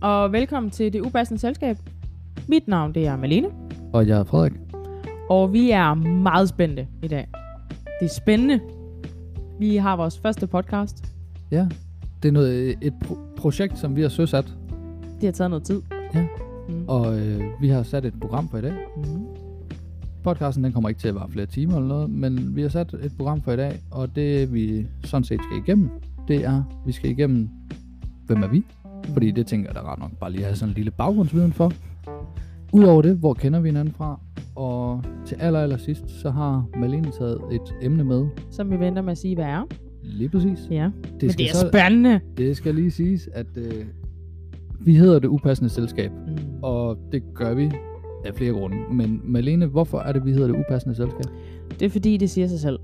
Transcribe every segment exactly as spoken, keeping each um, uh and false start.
og velkommen til Det Upassende Selskab. Mit navn, det er Malene. Og jeg er Frederik. Og vi er meget spændte i dag. Det er spændende. Vi har vores første podcast. Ja, det er noget, et pro- projekt, som vi har søsat. Det har taget noget tid. Ja, mm. og øh, vi har sat et program for i dag. Mm. Podcasten, den kommer ikke til at vare flere timer eller noget, men vi har sat et program for i dag, og det vi sådan set skal igennem, det er, vi skal igennem, hvem er vi? Fordi det tænker jeg da ret nok bare lige at have sådan en lille baggrundsviden for. Udover det, hvor kender vi hinanden fra? Og til aller, aller sidst, så har Malene taget et emne med. Som vi venter med at sige, hvad er. Lige præcis. Ja, det men det er så, spændende. Det skal lige siges, at øh, vi hedder Det Upassende Selskab, mm. og det gør vi af flere grunde. Men Malene, hvorfor er det, vi hedder Det Upassende Selskab? Det er fordi, det siger sig selv.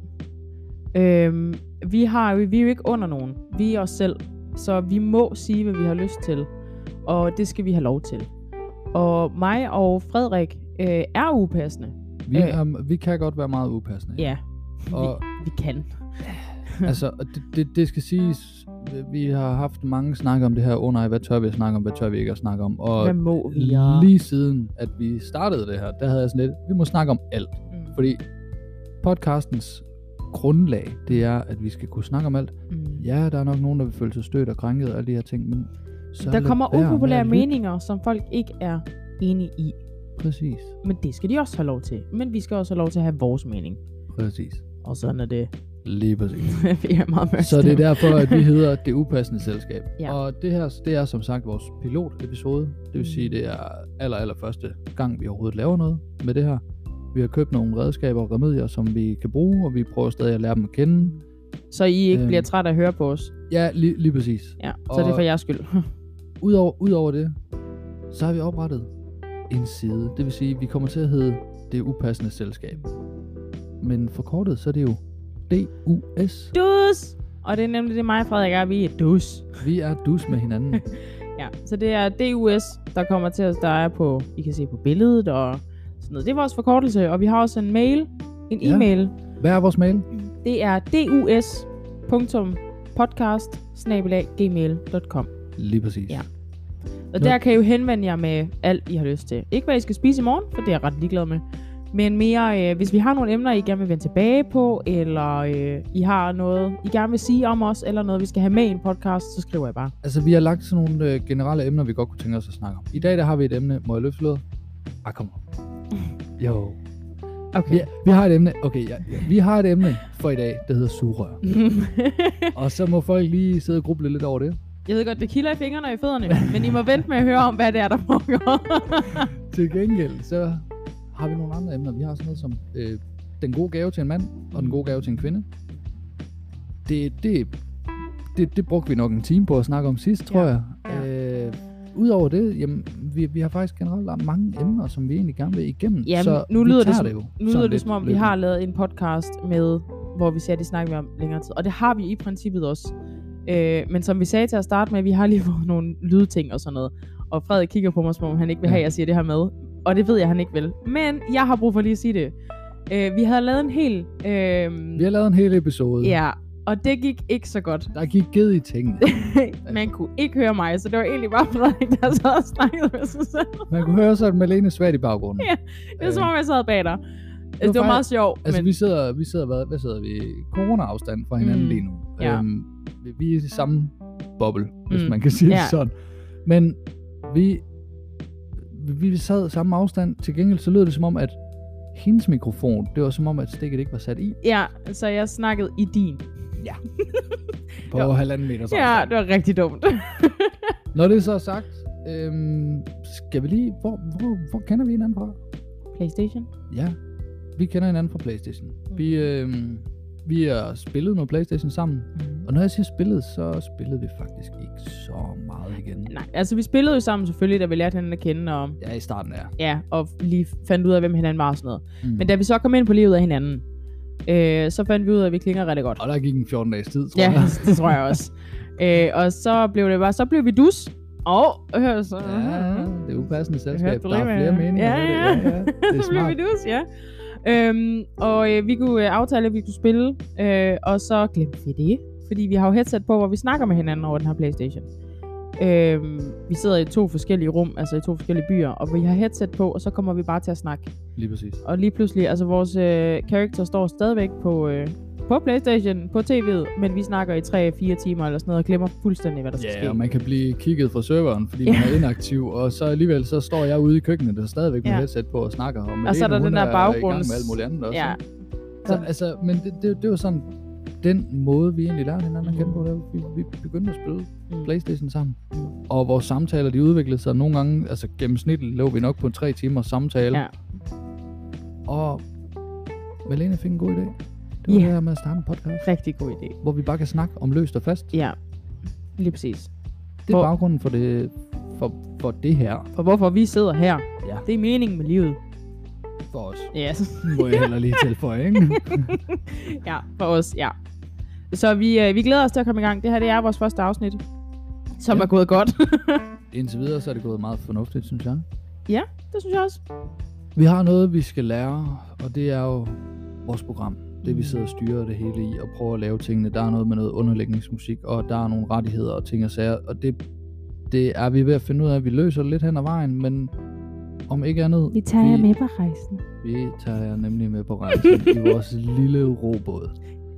Øhm, vi, har jo, vi er jo ikke under nogen. Vi er os selv. Så vi må sige, hvad vi har lyst til. Og det skal vi have lov til. Og mig og Frederik øh, er upassende. Vi, er, vi kan godt være meget upassende. Ja, og vi, vi kan. altså, det, det, det skal siges, vi har haft mange snakke om det her. Åh oh, nej, hvad tør vi at snakke om, hvad tør vi ikke at snakke om? Og hvad må vi? Lige siden, at vi startede det her, der havde jeg sådan lidt, vi må snakke om alt. Mm. Fordi podcastens grundlag, det er, at vi skal kunne snakke om alt. Mm. Ja, der er nok nogen, der vil føle sig stødt og krænket og alle de her ting, men så der kommer upopulære meninger, som folk ikke er enige i. Præcis. Men det skal de også have lov til. Men vi skal også have lov til at have vores mening. Præcis. Og sådan er det. Lige præcis. Vi er meget mørkt. Så det er derfor, at vi hedder Det Upassende Selskab. Ja. Og det her, det er som sagt vores pilotepisode. Det vil sige, det er aller, aller første gang, vi overhovedet laver noget med det her. Vi har købt nogle redskaber og remedier, som vi kan bruge, og vi prøver stadig at lære dem at kende. Så I ikke øhm, bliver træt af at høre på os? Ja, lige, lige præcis. Ja, så og det er for jeres skyld. Udover, udover det, så har vi oprettet en side. Det vil sige, at vi kommer til at hedde Det Upassende Selskab. Men forkortet, så er det jo D U S. Dus! Og det er nemlig det mig og Frederik er, vi er dus. Vi er dus med hinanden. Ja, så det er D U S, der kommer til os, der er på, I kan se på billedet og sådan noget. Det er vores forkortelse, og vi har også en mail, en ja. e-mail. Hvad er vores mail? Det er dus punktum podcast snabel-a gmail punktum com. Lige præcis. Ja. Og der kan I jo henvende jer med alt, I har lyst til. Ikke hvad I skal spise i morgen, for det er jeg ret ligeglad med. Men mere, øh, hvis vi har nogle emner, I gerne vil vende tilbage på, eller øh, I har noget, I gerne vil sige om os, eller noget, vi skal have med i en podcast, så skriver jeg bare. Altså, vi har lagt sådan nogle øh, generelle emner, vi godt kunne tænke os at snakke om. I dag, der har vi et emne. Må jeg løfte sløret? Ah, kom on. Jo. Okay. Vi, vi har et emne. Okay, ja, ja. Vi har et emne for i dag, der hedder sugerør. Og så må folk lige sidde og gruble lidt over det. Jeg ved godt, det kilder i fingrene og i fødderne, men I må vente med at høre om, hvad det er, der foregår. Til gengæld, så har vi nogle andre emner. Vi har sådan noget som øh, den gode gave til en mand, og den gode gave til en kvinde. Det, det, det, det brugte vi nok en time på at snakke om sidst, tror ja. jeg. Øh, Udover det, jamen, vi, vi har faktisk generelt mange emner, som vi egentlig gerne vil igennem. Jamen, så nu lyder det, som, det jo. Nu lyder det som om, vi har lavet en podcast med, hvor vi siger, at det snakker vi om længere tid. Og det har vi i princippet også. Øh, men som vi sagde til at starte med, vi har lige fået nogle lydting og sådan noget. Og Frederik kigger på mig, som om han ikke vil have, at jeg siger det her med. Og det ved jeg, han ikke vil. Men jeg har brug for lige at sige det. Øh, vi havde lavet en hel... Øh, vi har lavet en hel episode. Ja, og det gik ikke så godt. Der gik ged i tingene. Man kunne ikke høre mig, så det var egentlig bare Frederik, der sad og snakkede med sig selv. Man kunne høre så, at Malene svært i baggrunden. Ja, det var som om jeg sad bag dig. Det var, det var meget sjovt. Altså men... vi sidder, vi sidder hvad, hvad sidder vi? Corona-afstand fra hinanden mm, lige nu. Ja. Øhm, vi, vi er i samme boble, hvis mm, man kan sige ja. det sådan. Men vi, vi sad samme afstand. Til gengæld så lød det som om, at hendes mikrofon, det var som om, at stikket ikke var sat i. Ja, så jeg snakkede i din. Ja. På jo. halvanden meter. Ja, det var rigtig dumt. Når det så er sagt, øhm, skal vi lige... Hvor, hvor, hvor kender vi hinanden fra? PlayStation? Ja, vi kender hinanden fra PlayStation. Mm. Vi, øhm, vi har spillet noget PlayStation sammen. Mm. Og når jeg siger spillet, så spillede vi faktisk ikke så meget igen. Nej, altså vi spillede jo sammen selvfølgelig, da vi lærte hinanden at kende. Og, ja, i starten ja. Ja, og lige fandt ud af, hvem hinanden var og sådan noget. Mm. Men da vi så kom ind på livet af hinanden, øh, så fandt vi ud af, at vi klinger rigtig godt. Og der gik en fjorten dages tid, tror ja, jeg. det tror jeg også. øh, og så blev det bare, så blev vi dus. Og hør så. Ja, det er upassende selskab. Der er flere meninger. Ja, ja. ja, ja. Det er så blev vi dus, ja. Øhm, og øh, vi kunne øh, aftale, at vi kunne spille, øh, og så glemte vi det. Fordi vi har jo headset på, hvor vi snakker med hinanden over den her PlayStation. Øhm, vi sidder i to forskellige rum, altså i to forskellige byer, og vi har headset på, og så kommer vi bare til at snakke. Lige præcis. Og lige pludselig, altså vores øh, character står stadigvæk på, øh, på PlayStation, på tv'et, men vi snakker i tre fire timer eller sådan noget, og glemmer fuldstændig, hvad der skal Ja, ske. og man kan blive kigget fra serveren, fordi man er inaktiv, og så alligevel så står jeg ude i køkkenet, der stadigvæk med Ja. headset på og snakker, og med Og så er der den der i gang baggrunds... med alt muligt andet også. Ja. Så, altså, men det, det, det var sådan, den måde, vi egentlig lærte hinanden at kende på, det var, vi, vi begyndte at spille Mm. PlayStation sammen. Mm. Og vores samtaler, de udviklede sig nogle gange, altså gennemsnitligt lå vi nok på en tre timers samtale. Ja. Og Malene fik en god idé. Det var Ja. det her med at starte en podcast, Rigtig god idé. hvor vi bare kan snakke om løst og fast. Ja, lige præcis. Det er Hvor- baggrunden for det, for, for det her. For hvorfor vi sidder her, Ja. det er meningen med livet. For os. Ja, Må jeg heller lige tilføje, ikke? ja, for os, ja. Så vi, øh, vi glæder os til at komme i gang. Det her, det er vores første afsnit, som Ja. er gået godt. Indtil videre, så er det gået meget fornuftigt, synes jeg. Ja, det synes jeg også. Vi har noget, vi skal lære, og det er jo vores program. Det vi Mm. sidder og styrer det hele i, og prøver at lave tingene. Der er noget med noget underlægningsmusik, og der er nogle rettigheder og ting og sager, og det, det er vi ved at finde ud af. Vi løser det lidt hen ad vejen, men om ikke andet... Vi tager jer med på rejsen. Vi tager jer nemlig med på rejsen i vores lille robåd.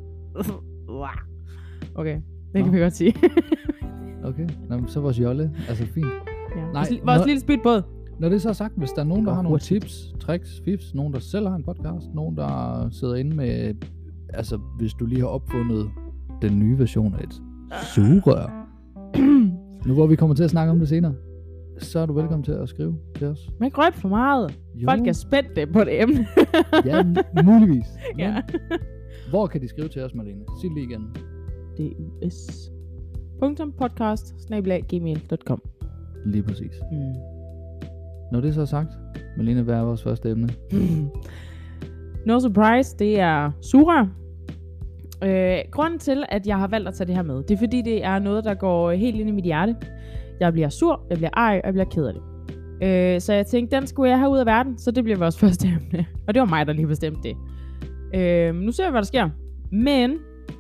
Okay, det kan Nå. vi godt sige. Okay, nå, men så vores jolle. Altså fint. Ja. Nej, vores, li- vores nå- lille speedbåd. Når det er så sagt, hvis der er nogen, der går har nogle hurtigt. tips, tricks, fifs, nogen, der selv har en podcast, nogen, der sidder inde med, altså hvis du lige har opfundet den nye version af et sugerør, nu hvor vi kommer til at snakke om det senere, så er du velkommen til at skrive til os. Man kan røbe for meget. Jo, Folk er spændte på det emne. ja, m- muligvis. Men, Ja. hvor kan de skrive til os, Malene? Sig det lige igen. D U S punktum podcast snabel-a gmail punktum com. Lige præcis. Mm. Når det er så sagt, Malene, hvad er vores første emne? No surprise, det er sugerør. Øh, grunden til, at jeg har valgt at tage det her med, det er fordi, det er noget, der går helt ind i mit hjerte. Jeg bliver sur, jeg bliver ej, og jeg bliver ked af det. Øh, så jeg tænkte, den skulle jeg have ud af verden, så det bliver vores første emne. Og det var mig, der lige bestemte det. Øh, nu ser vi, hvad der sker. Men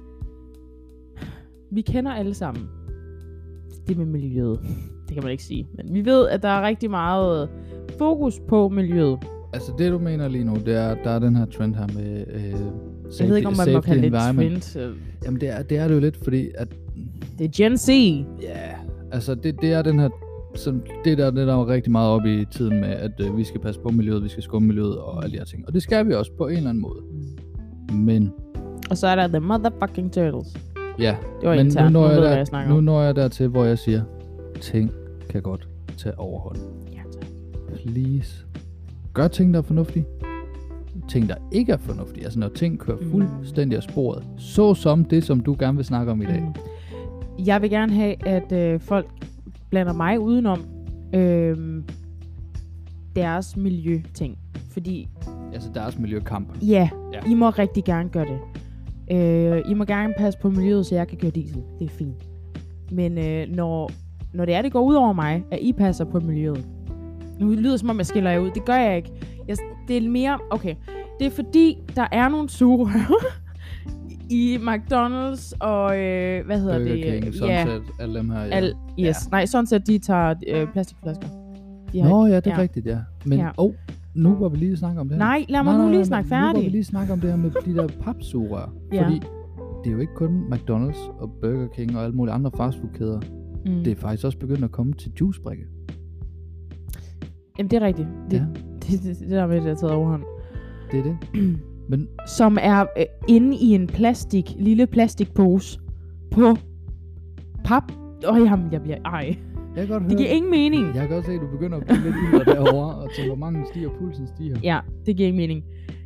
vi kender alle sammen det med miljøet. Det kan man ikke sige. Men vi ved, at der er rigtig meget fokus på miljøet. Altså det, du mener lige nu, det er, der er den her trend her med øh, safety, Jeg ved ikke, om man må safety kalde det environment. trend. øh, Jamen det er, det er det jo lidt, fordi at Det er Gen Z. ja, altså det, det er den her, som, det der, det der er rigtig meget op i tiden med, at øh, vi skal passe på miljøet, vi skal skumme miljøet og alle de her ting. Og det skal vi også på en eller anden måde. Men Og så er der The Motherfucking Turtles. ja, Det var men internt. nu Nu når, jeg ved jeg, hvad der, jeg snakker nu om. når jeg dertil, hvor jeg siger, ting kan godt tage overhånd. Ja, tak. Please. Gør ting, der er fornuftige. Ting, der ikke er fornuftige. Altså når ting kører Mm. fuldstændig af sporet. Så som det, som du gerne vil snakke om i dag. Mm. Jeg vil gerne have, at øh, folk blander mig udenom øh, deres miljøting. Fordi, Altså deres miljøkamp. ja, Ja. I må rigtig gerne gøre det. Øh, I må gerne passe på miljøet, så jeg kan køre diesel. Det er fint. Men øh, når, når det er, det går ud over mig, at I passer på miljøet. Nu lyder det, som om jeg skiller jer ud. Det gør jeg ikke. Jeg, det er mere... Okay. Det er fordi, der er nogle sugerør i McDonald's og... Øh, hvad hedder Burger det? King, Ja, Sunset, alle dem her. Ja. Al, yes. Ja. Nej, sådan set, de tager øh, plastikflasker. De Nå ja, det er ja. rigtigt, ja. Men Ja. oh, nu var vi lige snakke om det her. Nej, lad mig nej, nu nej, lige nej, snakke Nu var færdig. vi lige snakke om det her med de der papsugerør. Ja. Fordi det er jo ikke kun McDonald's og Burger King og alle mulige andre fastfoodkæder. Mm. Det er faktisk også begyndt at komme til juicebrikke. Jamen, det er rigtigt. Det, Ja. det, det, det der med, det er taget overhånd. Det er det. Men Som er øh, inde i en plastik, lille plastikpose på pap. Åh, oh, jamen, jeg bliver... Ej, jeg kan godt høre, det giver ingen mening. jeg kan godt se, at du begynder at blive lidt ylder derovre, og temperamentet stiger, og pulsen stiger. Ja, det giver ingen mening.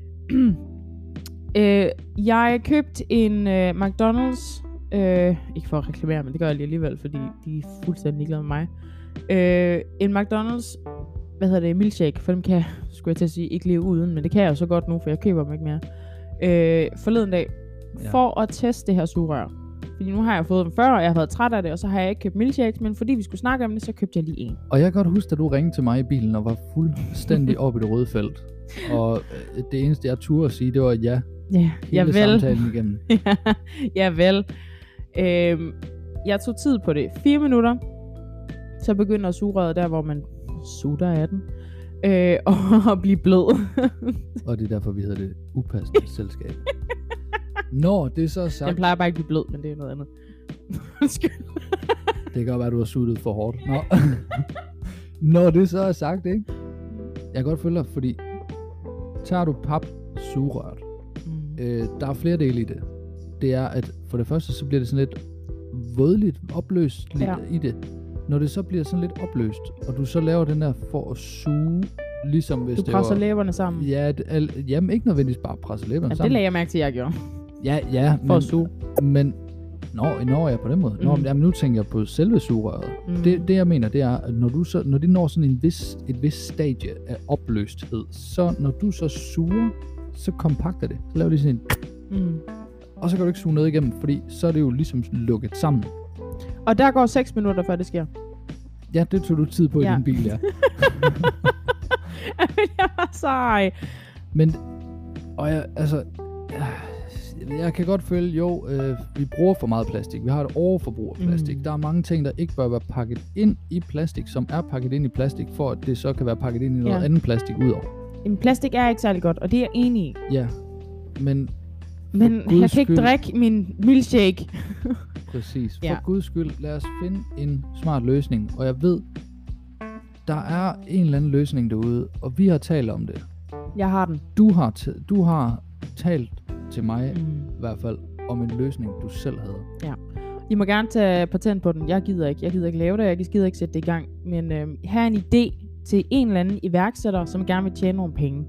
øh, jeg købte en øh, McDonald's. Øh, ikke for at reklamere, men det gør jeg lige alligevel, fordi de er fuldstændig ligeglade med mig. Øh, en McDonald's, hvad hedder det, milkshake, for dem kan jeg, skulle jeg til at sige, ikke leve uden, men det kan jeg jo så godt nu, for jeg køber dem ikke mere. Øh, forleden dag, Ja. for at teste det her sugerør. Fordi nu har jeg fået dem før, og jeg har været træt af det, og så har jeg ikke købt milkshakes, men fordi vi skulle snakke om det, så købte jeg lige en. Og jeg kan godt huske, at du ringede til mig i bilen og var fuldstændig oppe i det røde felt. Og øh, det eneste, jeg turde at sige, det var ja. Ja, Hele jeg vil. samtalen igennem. ja, vel. Øhm, jeg tog tid på det. Fire minutter. så begynder sugerøret der, hvor man sutter af den, øh, og blive blød. Og det er derfor, vi hedder det upassende selskab. Når det så er sagt... Den plejer bare ikke at blive blød, men det er noget andet. Undskyld. Det kan godt være, at du har suttet for hårdt. Nå. Når det så er sagt, ikke? Jeg kan godt følge dig, fordi tager du pap sugerøret, mm. øh, der er flere dele i det. Det er, at for det første, så bliver det sådan lidt vådligt, opløst lidt ja. i det. Når det så bliver sådan lidt opløst, og du så laver den der for at suge, ligesom hvis du det presser var... læberne sammen. Ja, det, al, jamen ikke nødvendigvis bare presse læberne ja, sammen. det lagde jeg mærke til, jeg gjorde. Ja, ja. For men, at suge. Men, når, når jeg på den måde. Mm. Når, jamen, nu tænker jeg på selve sugerøret. Mm. Det, det jeg mener, det er, at når, du så, når det når sådan en vis, et vis stadie af opløsthed, så når du så suger, så kompakter det. Så laver det sådan en... Mm. Og så kan du ikke suge noget igennem, fordi så er det jo ligesom lukket sammen. Og der går seks minutter, før det sker. Ja, det tog du tid på ja. i din bil, ja. Jeg var sej. Men, og jeg, altså, jeg kan godt føle, jo, øh, vi bruger for meget plastik. Vi har et overforbrug af plastik. Mm. Der er mange ting, der ikke bør være pakket ind i plastik, som er pakket ind i plastik, for at det så kan være pakket ind i noget ja. andet plastik udover. En plastik er ikke særlig godt, og det er jeg enig i. Ja, men... Men jeg kan ikke drikke min milkshake. Præcis. For ja. Guds skyld, lad os finde en smart løsning. Og jeg ved, der er en eller anden løsning derude, og vi har talt om det. Jeg har den. Du har, t- du har talt til mig, mm. i hvert fald, om en løsning, du selv havde. Ja. I må gerne tage patent på den. Jeg gider ikke. Jeg gider ikke lave det, jeg gider ikke sætte det i gang. Men øh, her er en idé til en eller anden iværksætter, som gerne vil tjene nogle penge.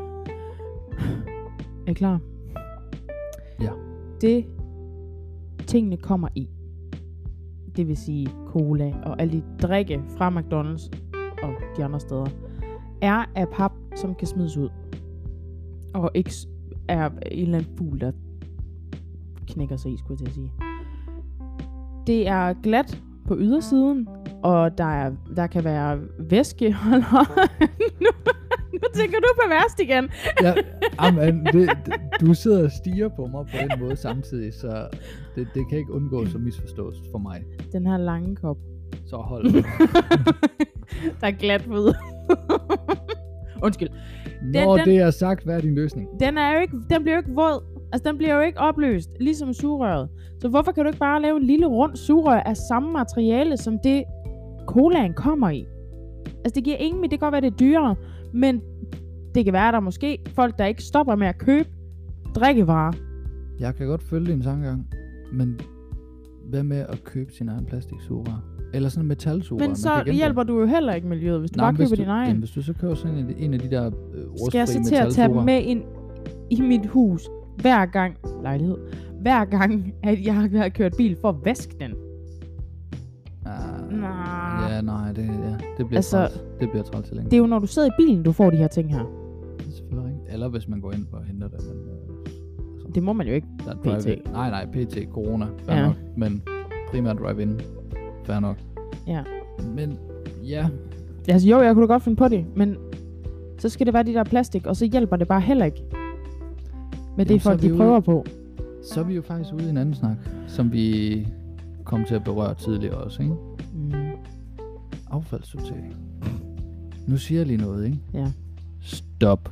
Er I klar? Ja. Det tingene kommer i, det vil sige cola og alle de drikke fra McDonald's og de andre steder, er af pap, som kan smides ud. Og ikke er en eller anden fugl, der knækker sig i, skulle jeg til at sige. Det er glat på ydersiden, og der, er, der kan være væske. nu, nu tænker du på værst igen. Ja, amen, det, det, du sidder og stiger på mig på den måde samtidig, så det, det kan ikke undgås at misforstås for mig. Den her lange kop. Så hold det. Der er glat på ydersiden. Undskyld. Den, Når den, det er sagt, hvad er din løsning? Den, er jo ikke, den bliver jo ikke våd. Altså, den bliver jo ikke opløst, ligesom sugerøret. Så hvorfor kan du ikke bare lave en lille rund sugerør af samme materiale, som det colaen kommer i? Altså, det giver ingen, det kan godt være, det er dyrere, men det kan være, der måske folk, der ikke stopper med at købe drikkevarer. Jeg kan godt følge din tankegang, men hvad med at købe sin egen plastiksugerør? Eller sådan en metalsugerør? Men så hjælper du jo heller ikke miljøet, hvis du Nej, bare køber du, din egen. Jamen, hvis du så køber sådan en, en af de der øh, rustfri metalsugerør. Skal jeg så til at tage dem med ind i mit hus, hver gang, lejlighed, hver gang, at jeg har kørt bil for at vaske den? Ah, nah. Ja, nej, det, ja, det bliver altså, træls. Det bliver træls til længe. Det er jo, når du sidder i bilen, du får de her ting her. Det er selvfølgelig ikke. Eller hvis man går ind for at hente det. Men, altså, det må man jo ikke. P T. Nej, nej, P T, corona, fair ja. nok. Men primært drive-in, fair nok. Ja. Men, ja. Altså jo, jeg kunne da godt finde på det, men så skal det være de der plastik, og så hjælper det bare heller ikke. Men det er folk, de ude, prøver på. Så er vi jo faktisk ude i en anden snak, som vi kom til at berøre tidligere også, ikke? Mm. Affaldssortering. Nu siger jeg lige noget, ikke? Ja. Stop.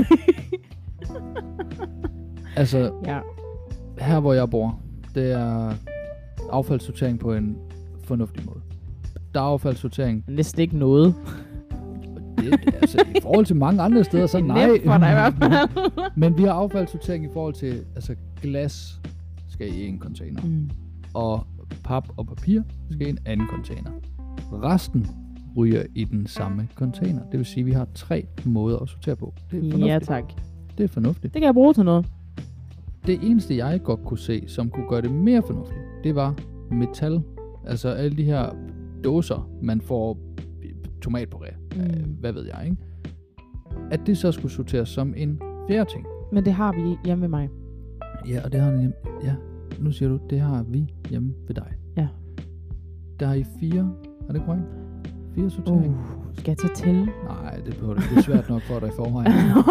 Altså, ja. Her hvor jeg bor, det er affaldssortering på en fornuftig måde. Der er affaldssortering. Næsten ikke noget. Det, altså, i forhold til mange andre steder, så nej. For dig i hvert fald. Men vi har affaldssortering i forhold til, altså glas skal i en container. Mm. Og pap og papir skal i en anden container. Resten ryger i den samme container. Det vil sige, at vi har tre måder at sortere på. Det er fornuftigt. Ja, tak. Det er fornuftigt. Det kan jeg bruge til noget. Det eneste, jeg godt kunne se, som kunne gøre det mere fornuftigt, det var metal. Altså alle de her dåser, man får tomatpuré. Mm. Hvad ved jeg, ikke? At det så skulle sorteres som en fjerde ting. Men det har vi hjemme ved mig. Ja, og det har vi, ja, nu siger du, det har vi hjemme ved dig. Ja. Der er I fire, er det korrekt? Fire sorteringer. Uh, skal jeg tage til? Nej, det behøver det. Det er svært nok for dig i forvejen.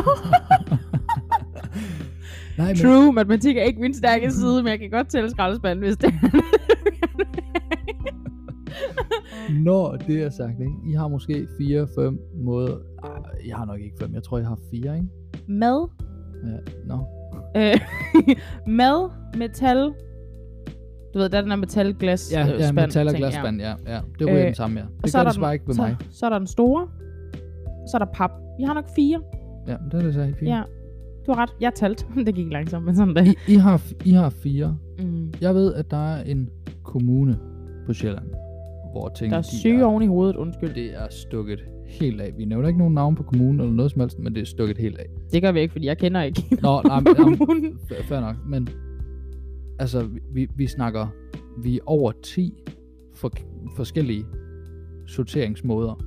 Nej, men... True, matematik er ikke min stærke side, men jeg kan godt tælle skraldespanden, hvis det er. Når det er sagt, ikke? I har måske fire, fem måder. Ej, jeg har nok ikke fem. Jeg tror, jeg har fire, ikke? Mad. Ja, nå. Øh, mad, metal. Du ved, der er den der metalglas Ja, øh, ja spand, metal og ting, glasspand, ja. ja. Det ryger Øh, den samme, ja. og Det så gør er der det bare ikke ved så, mig. Så er der den store. Så er der pap. Vi har nok fire. Ja, det er det så i fire. Ja, du har ret. Jeg talte. Det gik langsomt, men sådan der. I, I, har, I har fire. Mm. Jeg ved, at der er en kommune på Sjælland, hvor ting Der er de syge oven i hovedet, undskyld. det er stukket helt af. Vi nævner ikke nogen navn på kommunen eller noget som helst, men det er stukket helt af. Det gør vi ikke, fordi jeg kender ikke Nå, nej, på nej, kommunen. fair nok. Men altså, vi, vi snakker, vi er over ti for, forskellige sorteringsmåder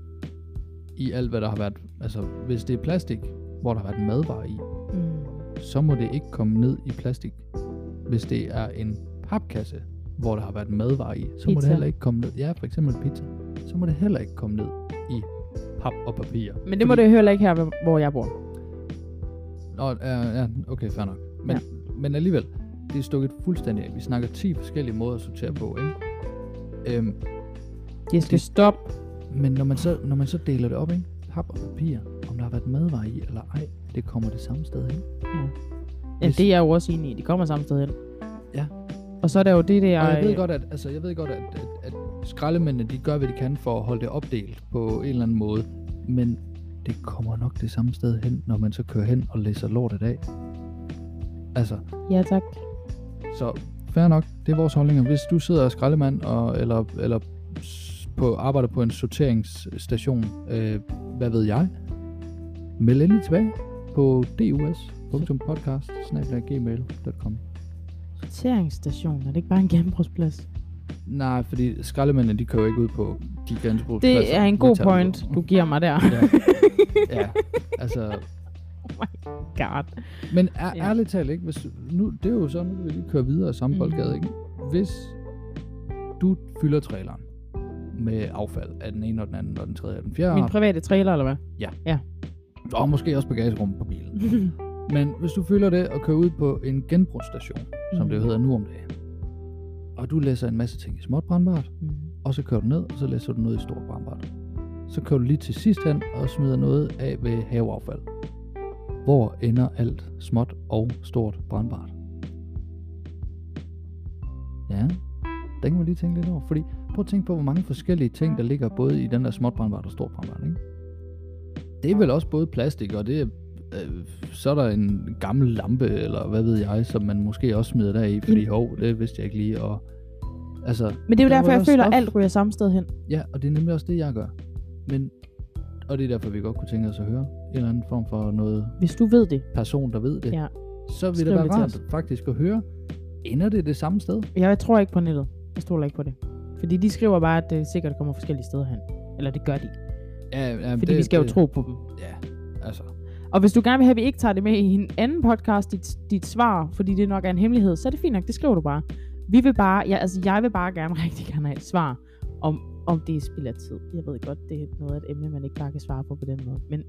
i alt, hvad der har været. Altså, hvis det er plastik, hvor der har været madvarer i, Mm. så må det ikke komme ned i plastik. Hvis det er en papkasse, hvor der har været madvarer i, så pizza. Må det heller ikke komme ned. Ja, for eksempel pizza. Så må det heller ikke komme ned i pap og papir. Men det må det heller ikke her, hvor jeg bor. Nå, ja, ja okay, fair nok. Men, ja. men alligevel, det er stukket fuldstændig af. Vi snakker ti forskellige måder at sortere på, ikke? Øhm, Det skal det, stoppe. men når man, så, når man så deler det op, ikke? Pap og papir, om der har været madvarer i eller ej, det kommer det samme sted hen. Ja. Ja, det er jeg jo også enig i. De kommer samme sted hen. Ja. Og så er der jo det der... Og jeg ved godt, at, altså, jeg ved godt, at, at, at skraldemændene, de gør, hvad de kan for at holde det opdelt på en eller anden måde. Men det kommer nok det samme sted hen, når man så kører hen og læser lortet af. Altså. Ja, tak. Så fair nok, det er vores holdninger. Hvis du sidder og skraldemand, og, eller, eller på, arbejder på en sorteringsstation, øh, hvad ved jeg, meld endelig tilbage på d u s punktum podcast snabel-a gmail punktum com. Sorteringsstation, er det ikke bare en genbrugsplads? Nej, fordi skraldemændene, de kører ikke ud på de genbrugspladser. Det er en god point, du giver mig der. Ja, ja. Altså... Oh my god. Men er, ja. ærligt talt, ikke? Hvis, nu, det er jo så, nu vil vi lige køre videre i samme boldgade, mm. ikke? Hvis du fylder traileren med affald af den ene og den anden og den tredje og den fjerde... Min private trailer, eller hvad? Ja. Ja. Og måske også bagagerum på bilen. Men hvis du fylder det og kører ud på en genbrugsstation, mm. som det jo hedder nu om dagen, og du læser en masse ting i småt brandbart, mm. og så kører du ned, og så læser du noget i stort brandbart. Så kører du lige til sidst hen og smider noget af ved haveaffald. Hvor ender alt småt og stort brandbart? Ja, den kan man lige tænke lidt over. Fordi prøv at tænke på, hvor mange forskellige ting, der ligger både i den der småt brandbart og stort brandbart, ikke? Det er vel også både plastik, og det er, øh, så er der en gammel lampe, eller hvad ved jeg, som man måske også smider der i, fordi hov, det vidste jeg ikke lige, og altså... Men det er jo derfor, jeg føler, stof. at alt ryger samme sted hen. Ja, og det er nemlig også det, jeg gør. Men, og det er derfor, vi godt kunne tænke os at høre en eller anden form for noget... Hvis du ved det. Person, der ved det. Ja. Så vil Skriv det være det til rart os. faktisk at høre, ender det det samme sted? Jeg tror ikke på nettet. Jeg stoler ikke på det. Fordi de skriver bare, at det sikkert kommer forskellige steder hen. Eller det gør de. Ja, ja, Fordi det, vi skal det, jo tro på dem. Ja, altså. Og hvis du gerne vil have, at vi ikke tager det med i en anden podcast, dit, dit svar, fordi det nok er en hemmelighed, så er det fint nok, det skriver du bare. Vi vil bare, ja, altså jeg vil bare gerne rigtig gerne have et svar, om, om det er spild af tid. Jeg ved godt, det er noget af et emne, man ikke bare kan svare på på den måde. Men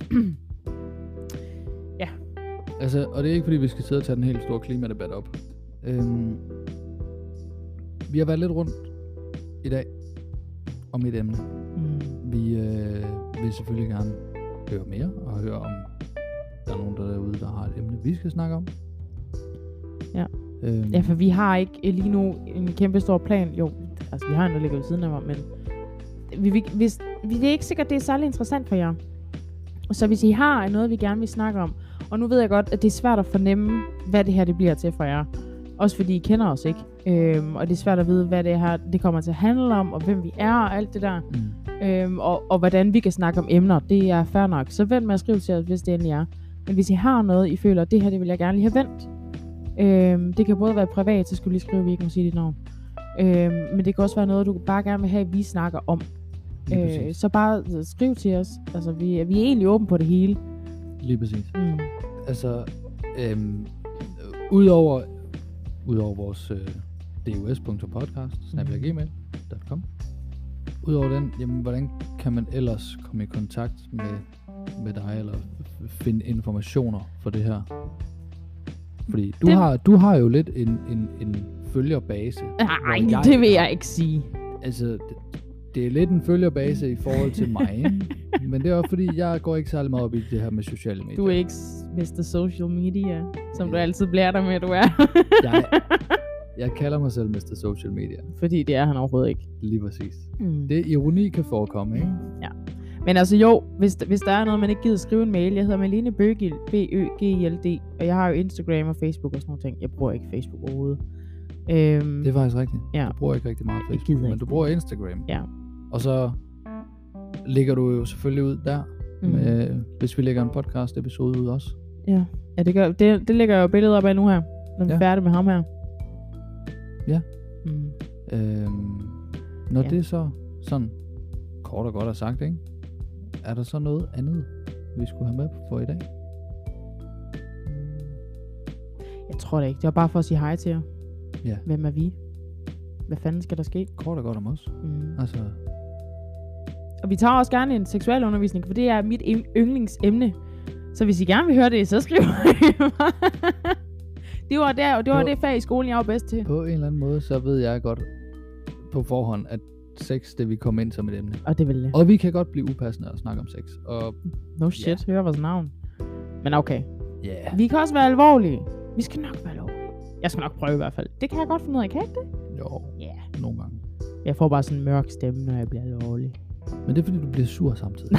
ja. Altså, og det er ikke fordi, vi skal sidde og tage den helt store klimadebat op. Øhm, vi har været lidt rundt i dag om et emne. Mm. Vi øh, vil selvfølgelig gerne høre mere, og høre om der er nogen der derude, der har et emne, vi skal snakke om. Ja. Øhm. Ja, for vi har ikke lige nu en kæmpe stor plan. Jo, altså vi har en, der ligger ved siden af mig, men vi, vi, hvis, vi, det er ikke sikkert, det er særlig interessant for jer. Så hvis I har noget, vi gerne vil snakke om, og nu ved jeg godt, at det er svært at fornemme, hvad det her det bliver til for jer. Også fordi I kender os ikke. Øhm, og det er svært at vide, hvad det her det kommer til at handle om, og hvem vi er, og alt det der. Mm. Øhm, og, og hvordan vi kan snakke om emner, det er fair nok. Så vent med at skrive til os, hvis det endelig er. Men hvis I har noget, I føler, det her, det vil jeg gerne lige have vendt. Øhm, det kan både være privat, så skulle I lige skrive, at vi ikke må sige dit navn. Øhm, men det kan også være noget, du bare gerne vil have, at vi snakker om. Øh, så bare skriv til os. Altså, vi, vi er egentlig åbne på det hele. Lige præcis. Mm. Altså, øhm, udover, udover vores øh, d u s punktum podcast snabel-a gmail punktum com, udover den, jamen, hvordan kan man ellers komme i kontakt med, med dig, eller finde informationer for det her? Fordi du, det... har, du har jo lidt en, en, en følgerbase. Nej, det vil jeg ikke sige. Altså, det, det er lidt en følgerbase i forhold til mig, ikke? Men det er også fordi, jeg går ikke særlig meget op i det her med sociale medier. Du er ikke mister Social Media, som du altid blærer dig med, at du er. jeg, jeg kalder mig selv mister Social Media. Fordi det er han overhovedet ikke. Lige præcis. Mm. Det ironi kan forekomme, ikke? Ja. Men altså jo, hvis, hvis der er noget, man ikke gider skrive en mail. Jeg hedder Malene Bøgil, B Ø G I L D. Og jeg har jo Instagram og Facebook og sådan nogle ting. Jeg bruger ikke Facebook overhovedet. Øhm, Det er faktisk rigtigt. Ja. Du bruger ikke rigtig meget Jeg Facebook, gider men ikke. du bruger Instagram. Ja. Og så lægger du jo selvfølgelig ud der, Mm. med, hvis vi lægger en podcast episode ud også. Ja, ja det, gør, det, det lægger jeg jo billeder op af nu her. Når vi Ja. er færdige med ham her. Ja. Mm. Øhm, når Ja. det er så sådan kort og godt er sagt, ikke? Er der så noget andet, vi skulle have med for i dag? Jeg tror det ikke. Det var bare for at sige hej til jer. Ja. Hvem er vi? Hvad fanden skal der ske? Kort og godt om os. Mm. Altså, Og vi tager også gerne en seksuel undervisning, for det er mit em- yndlingsemne. Så hvis I gerne vil høre det, så skriv Det var, der, det, var På- det fag i skolen, jeg var bedst til. på en eller anden måde, så ved jeg godt på forhånd, at sex, det vi kommer ind som et emne. Og det vil det. Og vi kan godt blive upassende at snakke om sex. Og No shit, hør vores navn. Men okay. ja, yeah. Vi kan også være alvorlige. Vi skal nok være alvorlige. Jeg skal nok prøve i hvert fald. Det kan jeg godt finde ud af, kan jeg ikke det? jo, Ja. Yeah. nogle gange. Jeg får bare sådan en mørk stemme, når jeg bliver alvorlig. Men det er fordi, du bliver sur samtidig.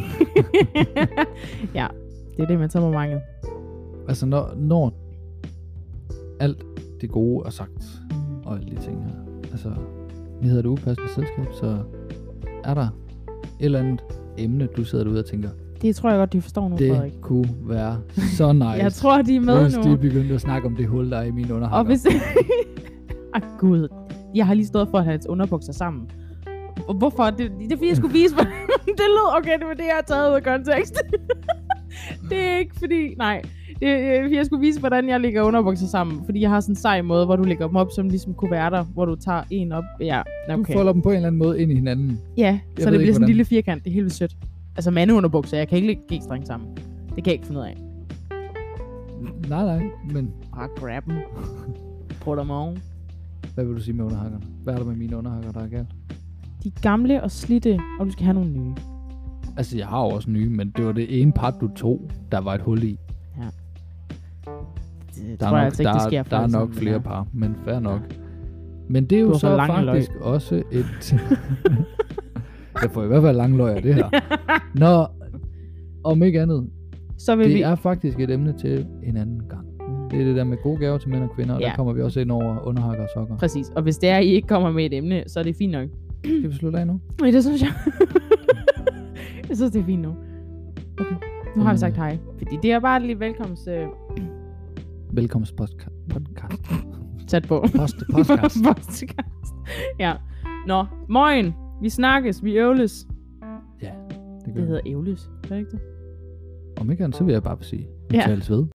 Ja, det er det med temperamentet. Altså, når, når alt det gode er sagt, og alle de ting her, altså, vi hedder det upassende selskab, så er der et eller andet emne, du sidder derude og tænker, Det tror jeg godt, de forstår nu, Frederik. det kunne være så nice. Jeg tror, de er med hvis nu. de begyndte at snakke om det hul, der er i mine underhakker. Og hvis... ah, gud. Jeg har lige stået for at have hans underbukser sammen. Og hvorfor? Det, det er fordi, jeg skulle vise, hvordan det lød. Okay, det var det, jeg har taget ud af kontekst. Det er ikke fordi... Nej. Det er fordi, jeg skulle vise, hvordan jeg lægger underbukser sammen. Fordi jeg har sådan en sej måde, hvor du lægger dem op, som ligesom kuverter, hvor du tager en op. Ja, Du okay. folder dem på en eller anden måde ind i hinanden. Ja, så ved det bliver ikke, sådan en hvordan. lille firkant. Det er helt vildt sødt. Altså mandeunderbukser, jeg kan ikke lægge g-streng sammen. Det kan jeg ikke finde ud af. Nej, nej, men Bare grab dem. Put dem on. hvad vil du sige med underhakkerne? Hvad er der med mine underhakker, der er galt? De er gamle og slidte, og du skal have nogle nye. Altså, jeg har jo også nye, men det var det ene part, du tog, der var et hul i. Det Der tror er jeg nok, altså ikke, der, det sker for der er alle nok sammen, flere ja. par, men fair nok. Men det er Du jo har så fået lange faktisk også et... Jeg får i hvert fald lange løg af det her. Nå, om ikke andet, Så vil det vi... er faktisk et emne til en anden gang. Det er det der med gode gaver til mænd og kvinder, og Ja. der kommer vi også ind over underhakker og sokker. Præcis. Og hvis det er, at I ikke kommer med et emne, så er det fint nok. Skal vi slutte af nu? Nej, det synes jeg. Jeg synes, det er fint nu. Okay. Nu har vi sagt hej. Fordi det er bare lige velkomst... Øh, Velkomst podcast. podcast. sat på. Post, podcast. Podcast. Ja. Nå, morgen. Vi snakkes. Vi øvles. Ja, det gør Det vi. hedder ævles. Er det ikke det? Om ikke andet, så vil jeg bare sige, vi Ja. tales ved.